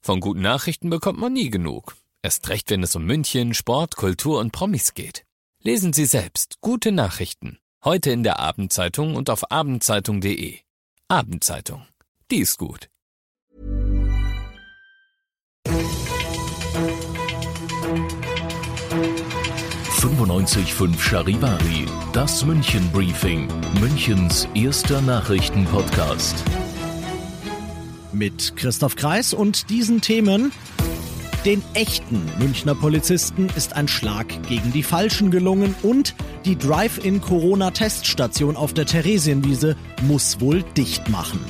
Von guten Nachrichten bekommt man nie genug. Erst recht, wenn es um München, Sport, Kultur und Promis geht. Lesen Sie selbst gute Nachrichten. Heute in der Abendzeitung und auf abendzeitung.de. Abendzeitung. Die ist gut. 95.5 Charivari, das München Briefing, Münchens erster Nachrichtenpodcast. Mit Christoph Kreis und diesen Themen: Den echten Münchner Polizisten ist ein Schlag gegen die Falschen gelungen und die Drive-in-Corona-Teststation auf der Theresienwiese muss wohl dicht machen.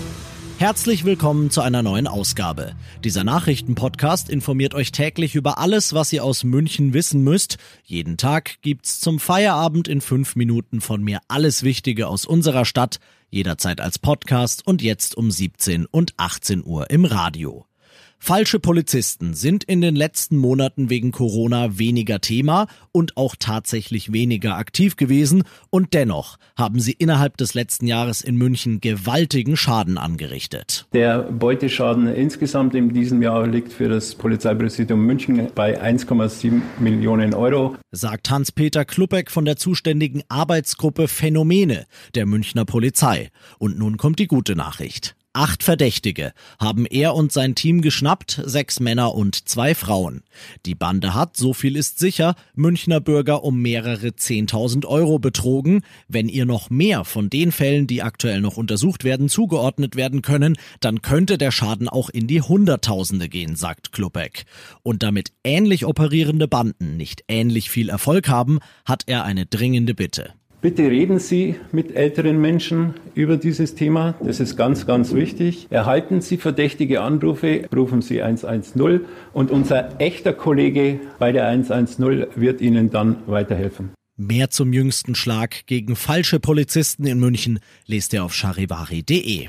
Herzlich willkommen zu einer neuen Ausgabe. Dieser Nachrichtenpodcast informiert euch täglich über alles, was ihr aus München wissen müsst. Jeden Tag gibt's zum Feierabend in 5 Minuten von mir alles Wichtige aus unserer Stadt, jederzeit als Podcast und jetzt um 17 und 18 Uhr im Radio. Falsche Polizisten sind in den letzten Monaten wegen Corona weniger Thema und auch tatsächlich weniger aktiv gewesen und dennoch haben sie innerhalb des letzten Jahres in München gewaltigen Schaden angerichtet. Der Beuteschaden insgesamt in diesem Jahr liegt für das Polizeipräsidium München bei 1,7 Millionen Euro, sagt Hans-Peter Klupek von der zuständigen Arbeitsgruppe Phänomene der Münchner Polizei. Und nun kommt die gute Nachricht. 8 Verdächtige haben er und sein Team geschnappt, 6 Männer und 2 Frauen. Die Bande hat, so viel ist sicher, Münchner Bürger um mehrere 10.000 Euro betrogen. Wenn ihr noch mehr von den Fällen, die aktuell noch untersucht werden, zugeordnet werden können, dann könnte der Schaden auch in die Hunderttausende gehen, sagt Klupek. Und damit ähnlich operierende Banden nicht ähnlich viel Erfolg haben, hat er eine dringende Bitte. Bitte reden Sie mit älteren Menschen über dieses Thema. Das ist ganz, ganz wichtig. Erhalten Sie verdächtige Anrufe, rufen Sie 110 und unser echter Kollege bei der 110 wird Ihnen dann weiterhelfen. Mehr zum jüngsten Schlag gegen falsche Polizisten in München lest ihr auf charivari.de.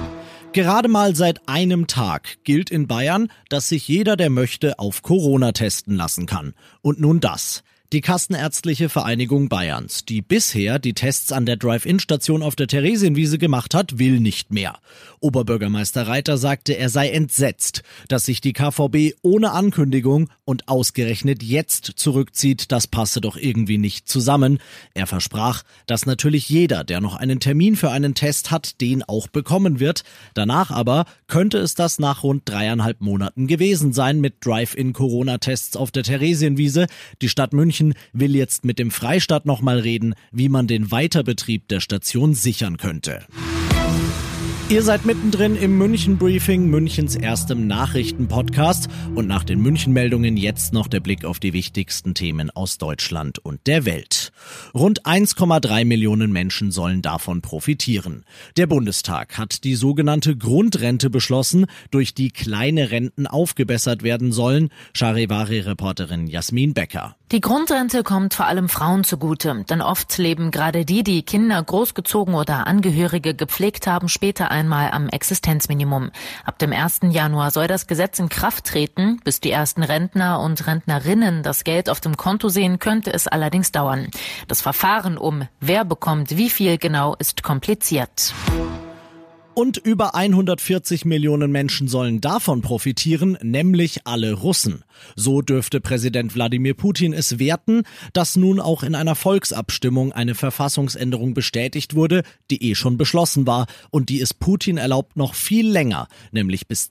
Gerade mal seit einem Tag gilt in Bayern, dass sich jeder, der möchte, auf Corona testen lassen kann. Und nun das. Die Kassenärztliche Vereinigung Bayerns, die bisher die Tests an der Drive-In-Station auf der Theresienwiese gemacht hat, will nicht mehr. Oberbürgermeister Reiter sagte, er sei entsetzt, dass sich die KVB ohne Ankündigung und ausgerechnet jetzt zurückzieht. Das passe doch irgendwie nicht zusammen. Er versprach, dass natürlich jeder, der noch einen Termin für einen Test hat, den auch bekommen wird. Danach aber könnte es das nach rund 3,5 Monaten gewesen sein mit Drive-In-Corona-Tests auf der Theresienwiese. Die Stadt München will jetzt mit dem Freistaat nochmal reden, wie man den Weiterbetrieb der Station sichern könnte. Ihr seid mittendrin im München Briefing, Münchens erstem Nachrichtenpodcast. Und nach den München-Meldungen jetzt noch der Blick auf die wichtigsten Themen aus Deutschland und der Welt. Rund 1,3 Millionen Menschen sollen davon profitieren. Der Bundestag hat die sogenannte Grundrente beschlossen, durch die kleine Renten aufgebessert werden sollen. Charivari-Reporterin Jasmin Becker. Die Grundrente kommt vor allem Frauen zugute, denn oft leben gerade die Kinder großgezogen oder Angehörige gepflegt haben, später einmal am Existenzminimum. Ab dem 1. Januar soll das Gesetz in Kraft treten. Bis die ersten Rentner und Rentnerinnen das Geld auf dem Konto sehen, könnte es allerdings dauern. Das Verfahren wer bekommt wie viel genau, ist kompliziert. Und über 140 Millionen Menschen sollen davon profitieren, nämlich alle Russen. So dürfte Präsident Wladimir Putin es werten, dass nun auch in einer Volksabstimmung eine Verfassungsänderung bestätigt wurde, die schon beschlossen war und die es Putin erlaubt, noch viel länger, nämlich bis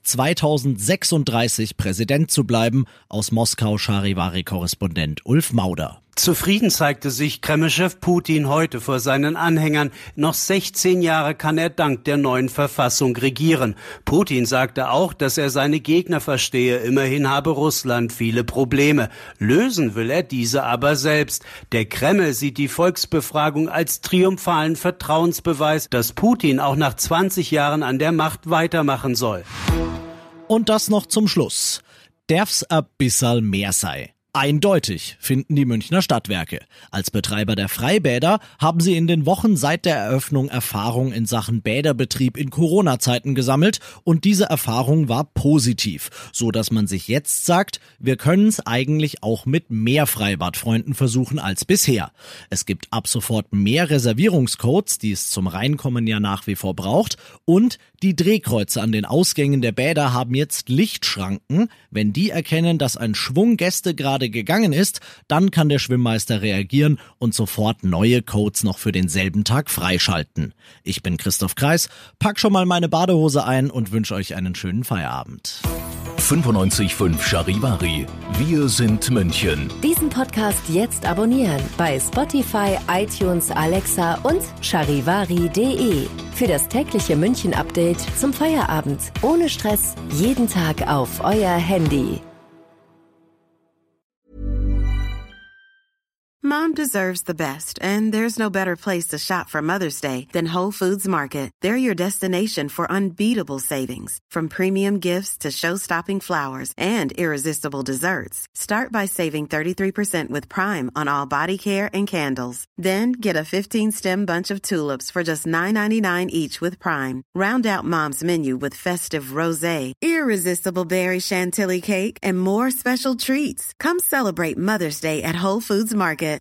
2036 Präsident zu bleiben. Aus Moskau Charivari-Korrespondent Ulf Mauder. Zufrieden zeigte sich Kreml-Chef Putin heute vor seinen Anhängern. Noch 16 Jahre kann er dank der neuen Verfassung regieren. Putin sagte auch, dass er seine Gegner verstehe. Immerhin habe Russland viele Probleme. Lösen will er diese aber selbst. Der Kreml sieht die Volksbefragung als triumphalen Vertrauensbeweis, dass Putin auch nach 20 Jahren an der Macht weitermachen soll. Und das noch zum Schluss. Darf's a bissal mehr sei. Eindeutig, finden die Münchner Stadtwerke. Als Betreiber der Freibäder haben sie in den Wochen seit der Eröffnung Erfahrung in Sachen Bäderbetrieb in Corona-Zeiten gesammelt und diese Erfahrung war positiv, so dass man sich jetzt sagt, wir können es eigentlich auch mit mehr Freibadfreunden versuchen als bisher. Es gibt ab sofort mehr Reservierungscodes, die es zum Reinkommen ja nach wie vor braucht, und die Drehkreuze an den Ausgängen der Bäder haben jetzt Lichtschranken. Wenn die erkennen, dass ein Schwung Gäste gerade gegangen ist, dann kann der Schwimmmeister reagieren und sofort neue Codes noch für denselben Tag freischalten. Ich bin Christoph Kreis, pack schon mal meine Badehose ein und wünsche euch einen schönen Feierabend. 95.5 Charivari. Wir sind München. Diesen Podcast jetzt abonnieren bei Spotify, iTunes, Alexa und charivari.de. Für das tägliche München-Update zum Feierabend. Ohne Stress, jeden Tag auf euer Handy. Mom deserves the best, and there's no better place to shop for Mother's Day than Whole Foods Market. They're your destination for unbeatable savings, from premium gifts to show-stopping flowers and irresistible desserts. Start by saving 33% with Prime on all body care and candles. Then get a 15-stem bunch of tulips for just $9.99 each with Prime. Round out Mom's menu with festive rosé, irresistible berry chantilly cake, and more special treats. Come celebrate Mother's Day at Whole Foods Market.